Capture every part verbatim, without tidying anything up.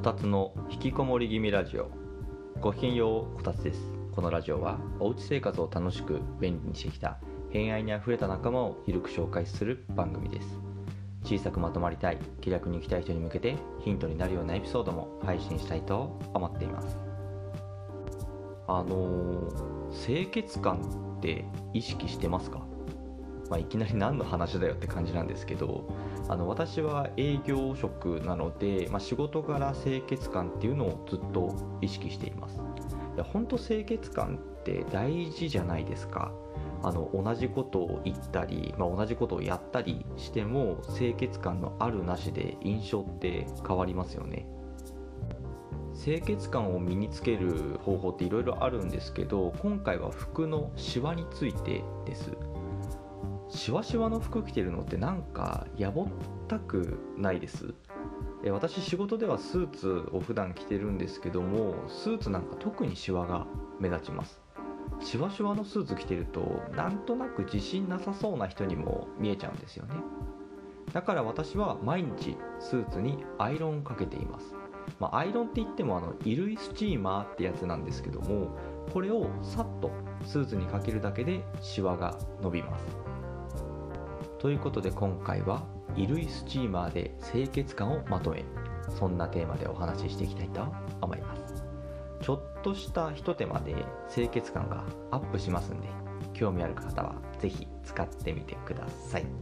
たつの引きこもり気味ラジオ。ごきげんよう、こたつです。このラジオはおうち生活を楽しく便利にしてきた偏愛にあふれた仲間をゆるく紹介する番組です。小さくまとまりたい、気楽に生きたい人に向けてヒントになるようなエピソードも配信したいと思っています。あのー、清潔感って意識してますか？まあ、いきなり何の話だよって感じなんですけど、あの私は営業職なので、まあ、仕事柄清潔感っていうのをずっと意識しています。いや本当清潔感って大事じゃないですか。あの同じことを言ったり、まあ、同じことをやったりしても清潔感のあるなしで印象って変わりますよね。清潔感を身につける方法っていろいろあるんですけど、今回は服のシワについてです。シワシワの服着てるのってなんかやぼったくないです？え私仕事ではスーツを普段着てるんですけども、スーツなんか特にシワが目立ちます。シワシワのスーツ着てるとなんとなく自信なさそうな人にも見えちゃうんですよね。だから私は毎日スーツにアイロンをかけています。まあ、アイロンって言ってもあの衣類スチーマーってやつなんですけども、これをさっとスーツにかけるだけでシワが伸びます。ということで今回は衣類スチーマーで清潔感をまとめ、そんなテーマでお話ししていきたいと思います。ちょっとしたひと手間で清潔感がアップしますんで、興味ある方はぜひ使ってみてください。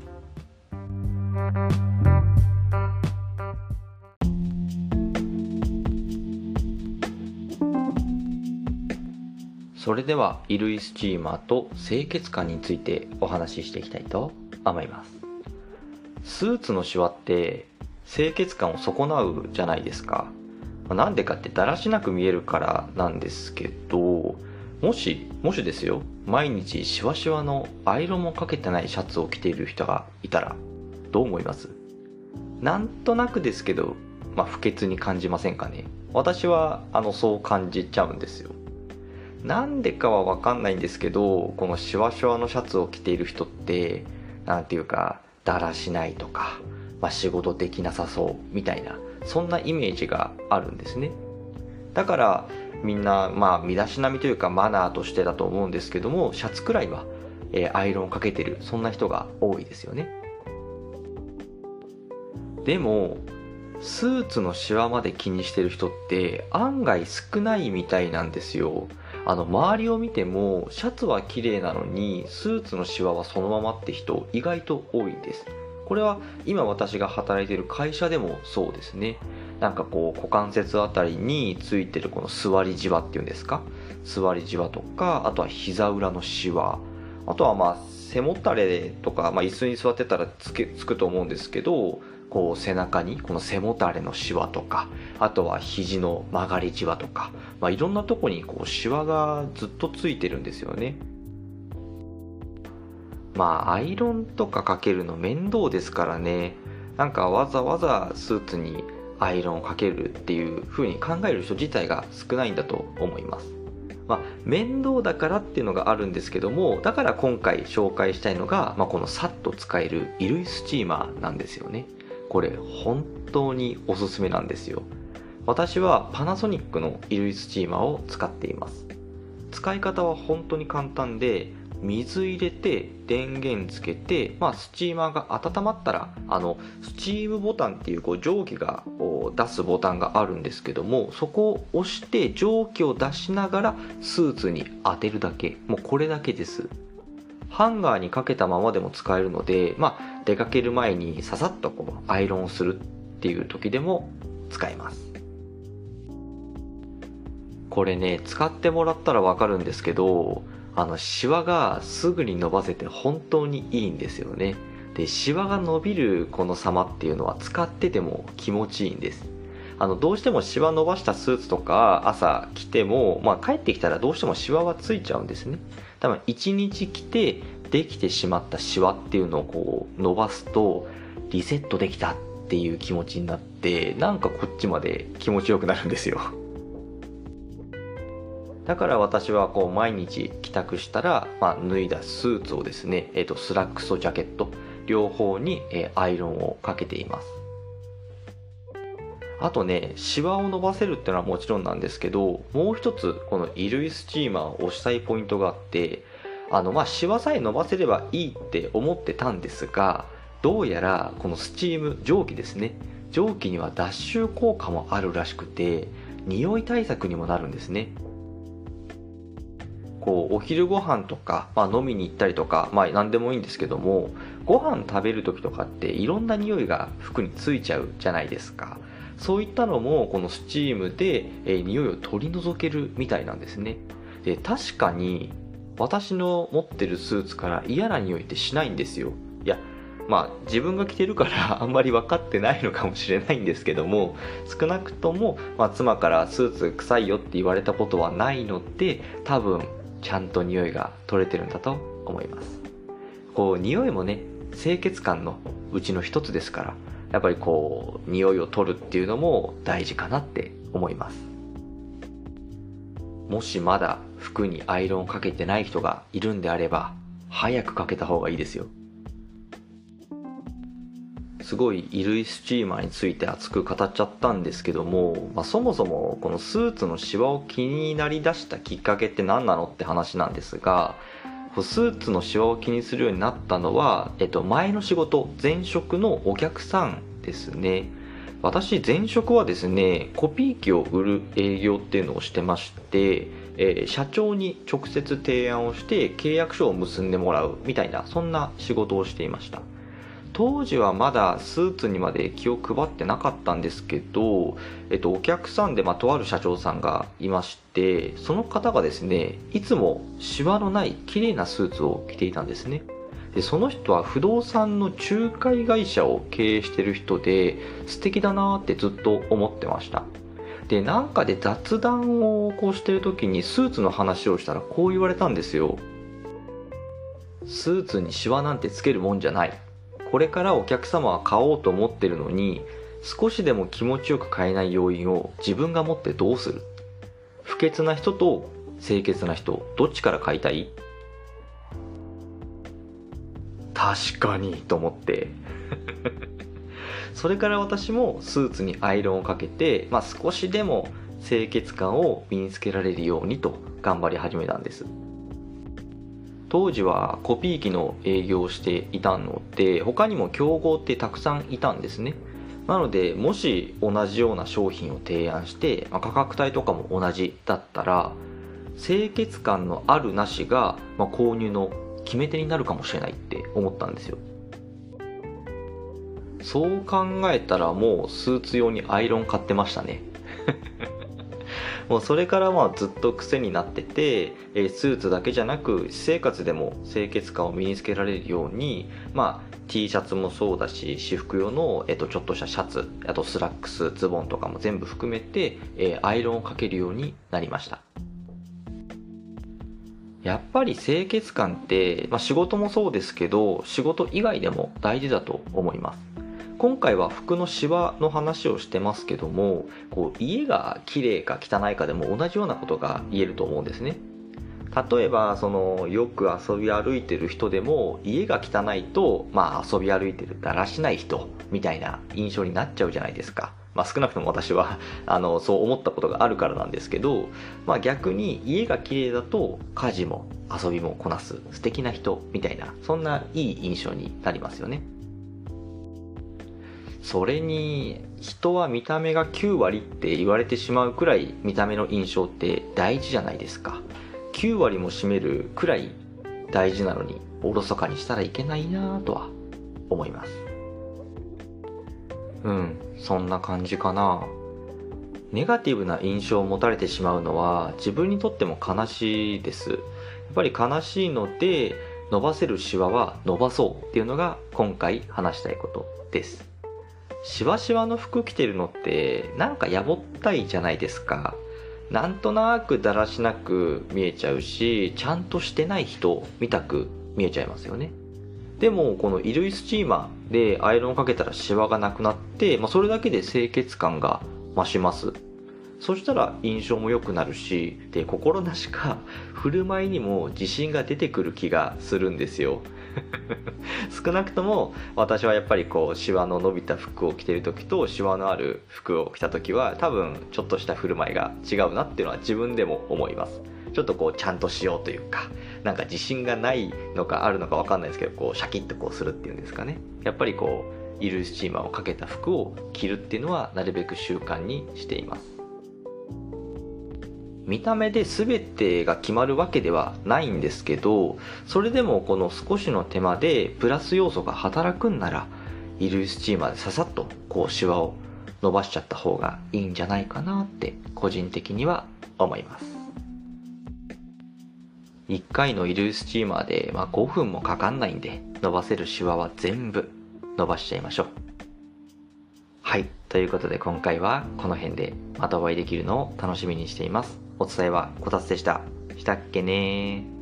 それでは衣類スチーマーと清潔感についてお話ししていきたいと思います。スーツのシワって清潔感を損なうじゃないですか。なんでかってだらしなく見えるからなんですけど、もしもしですよ、毎日シワシワのアイロンもかけてないシャツを着ている人がいたらどう思います？なんとなくですけど、まあ、不潔に感じませんかね。私はあのそう感じちゃうんですよ。なんでかはわかんないんですけど、このシワシワのシャツを着ている人ってなんていうかだらしないとか、まあ、仕事できなさそうみたいな、そんなイメージがあるんですね。だからみんなまあ身だしなみというかマナーとしてだと思うんですけども、シャツくらいは、えーアイロンをかけてる、そんな人が多いですよね。でもスーツのシワまで気にしてる人って案外少ないみたいなんですよ。あの周りを見てもシャツは綺麗なのにスーツのシワはそのままって人意外と多いです。これは今私が働いている会社でもそうですね。なんかこう股関節あたりについてるこの座りじわっていうんですか、座りじわとか、あとは膝裏のシワ、あとはまあ背もたれとか、まあ、椅子に座ってたらつけつくと思うんですけど、こう背中にこの背もたれのシワとか、あとは肘の曲がりじわとか、まあ、いろんなとこにこうシワがずっとついてるんですよね。まあアイロンとかかけるの面倒ですからね。なんかわざわざスーツにアイロンをかけるっていう風に考える人自体が少ないんだと思います。まあ、面倒だからっていうのがあるんですけども、だから今回紹介したいのが、まあ、このさっと使える衣類スチーマーなんですよね。これ本当におすすめなんですよ。私はパナソニックの衣類スチーマーを使っています。使い方は本当に簡単で、水入れて電源つけて、まあ、スチーマーが温まったらあのスチームボタンっていうこう蒸気がこう出すボタンがあるんですけども、そこを押して蒸気を出しながらスーツに当てるだけ、もうこれだけです。ハンガーにかけたままでも使えるので、まあ、出かける前にささっとこうアイロンをするっていう時でも使えます。これね、使ってもらったらわかるんですけど、あのシワがすぐに伸ばせて本当にいいんですよね。で、シワが伸びるこの様っていうのは使ってても気持ちいいんです。あのどうしてもシワ伸ばしたスーツとか朝着ても、まあ、帰ってきたらどうしてもシワはついちゃうんですね。多分いちにち着てできてしまったシワっていうのをこう伸ばすとリセットできたっていう気持ちになって、なんかこっちまで気持ちよくなるんですよ。だから私はこう毎日帰宅したら、まあ、脱いだスーツをですね、えーと、スラックスとジャケット両方に、えーアイロンをかけています。 あとね、シワを伸ばせるっていうのはもちろんなんですけど、もう一つこの衣類スチーマーを押したいポイントがあって、あのまあシワさえ伸ばせればいいって思ってたんですが、どうやらこのスチーム、蒸気ですね、蒸気には脱臭効果もあるらしくて、匂い対策にもなるんですね。こうお昼ご飯とか、まあ、飲みに行ったりとか、まあ何でもいいんですけども、ご飯食べる時とかっていろんな匂いが服についちゃうじゃないですか。そういったのもこのスチームで、えー、匂いを取り除けるみたいなんですね。で、確かに私の持ってるスーツから嫌な匂いってしないんですよ。いや、まあ自分が着てるからあんまり分かってないのかもしれないんですけども、少なくとも、まあ、妻からスーツ臭いよって言われたことはないので、多分ちゃんと匂いが取れてるんだと思います。こう匂いもね、清潔感のうちの一つですから、やっぱりこう匂いを取るっていうのも大事かなって思います。もしまだ服にアイロンをかけてない人がいるんであれば、早くかけた方がいいですよ。すごい衣類スチーマーについて熱く語っちゃったんですけども、まあ、そもそもこのスーツのシワを気になりだしたきっかけって何なのって話なんですが、スーツのシワを気にするようになったのは、えっと、前の仕事、前職のお客さんですね。私、前職はですね、コピー機を売る営業っていうのをしてまして、えー社長に直接提案をして契約書を結んでもらうみたいな、そんな仕事をしていました。当時はまだスーツにまで気を配ってなかったんですけど、えっと、お客さんで、まあ、とある社長さんがいまして、その方がですね、いつもシワのない綺麗なスーツを着ていたんですね。で、その人は不動産の仲介会社を経営してる人で、素敵だなーってずっと思ってました。で、なんかで雑談をこうしてる時にスーツの話をしたらこう言われたんですよ。スーツにシワなんてつけるもんじゃない。これからお客様は買おうと思ってるのに、少しでも気持ちよく買えない要因を自分が持ってどうする？不潔な人と清潔な人、どっちから買いたい？確かにと思ってそれから私もスーツにアイロンをかけて、まあ、少しでも清潔感を身につけられるようにと頑張り始めたんです。当時はコピー機の営業をしていたので、他にも競合ってたくさんいたんですね。なので、もし同じような商品を提案して、まあ、価格帯とかも同じだったら、清潔感のあるなしが、まあ、購入の決め手になるかもしれないって思ったんですよ。そう考えたらもうスーツ用にアイロン買ってましたねもうそれからまあずっと癖になってて、えースーツだけじゃなく私生活でも清潔感を身につけられるように、まあ T シャツもそうだし、私服用の、えっとちょっとしたシャツ、あとスラックス、ズボンとかも全部含めて、えーアイロンをかけるようになりました。やっぱり清潔感って、まあ、仕事もそうですけど、仕事以外でも大事だと思います。今回は服のシワの話をしてますけども、こう家が綺麗か汚いかでも同じようなことが言えると思うんですね。例えばそのよく遊び歩いてる人でも、家が汚いと、まあ、遊び歩いてるだらしない人みたいな印象になっちゃうじゃないですか。まあ、少なくとも私はあのそう思ったことがあるからなんですけど、まあ、逆に家が綺麗だと家事も遊びもこなす素敵な人みたいな、そんないい印象になりますよね。それに人は見た目がきゅう割って言われてしまうくらい見た目の印象って大事じゃないですか。きゅう割も占めるくらい大事なのにおろそかにしたらいけないなぁとは思います。うん、そんな感じかな。ネガティブな印象を持たれてしまうのは自分にとっても悲しいです。やっぱり悲しいので、伸ばせるシワは伸ばそうっていうのが今回話したいことです。シワシワの服着てるのってなんかやぼったいじゃないですか。なんとなくだらしなく見えちゃうし、ちゃんとしてない人みたく見えちゃいますよね。でもこの衣類スチーマーでアイロンかけたらシワがなくなって、まあ、それだけで清潔感が増します。そしたら印象も良くなるし、で心なしか振る舞いにも自信が出てくる気がするんですよ。 少なくとも私はやっぱりこうシワの伸びた服を着てる時とシワのある服を着た時は多分ちょっとした振る舞いが違うなっていうのは自分でも思います。ちょっとこうちゃんとしようというか、なんか自信がないのかあるのか分かんないですけど、こうシャキッとこうするっていうんですかね。やっぱりこうイルスチーマーをかけた服を着るっていうのはなるべく習慣にしています。見た目で全てが決まるわけではないんですけど、それでもこの少しの手間でプラス要素が働くんなら、イルスチーマーでささっとこうシワを伸ばしちゃった方がいいんじゃないかなって個人的には思います。いっかいのイルスチーマーで、まあ、ごふんもかかんないんで、伸ばせるシワは全部伸ばしちゃいましょう。はい、ということで今回はこの辺でまたお会いできるのを楽しみにしています。お伝えはこたつでした。したっけねー。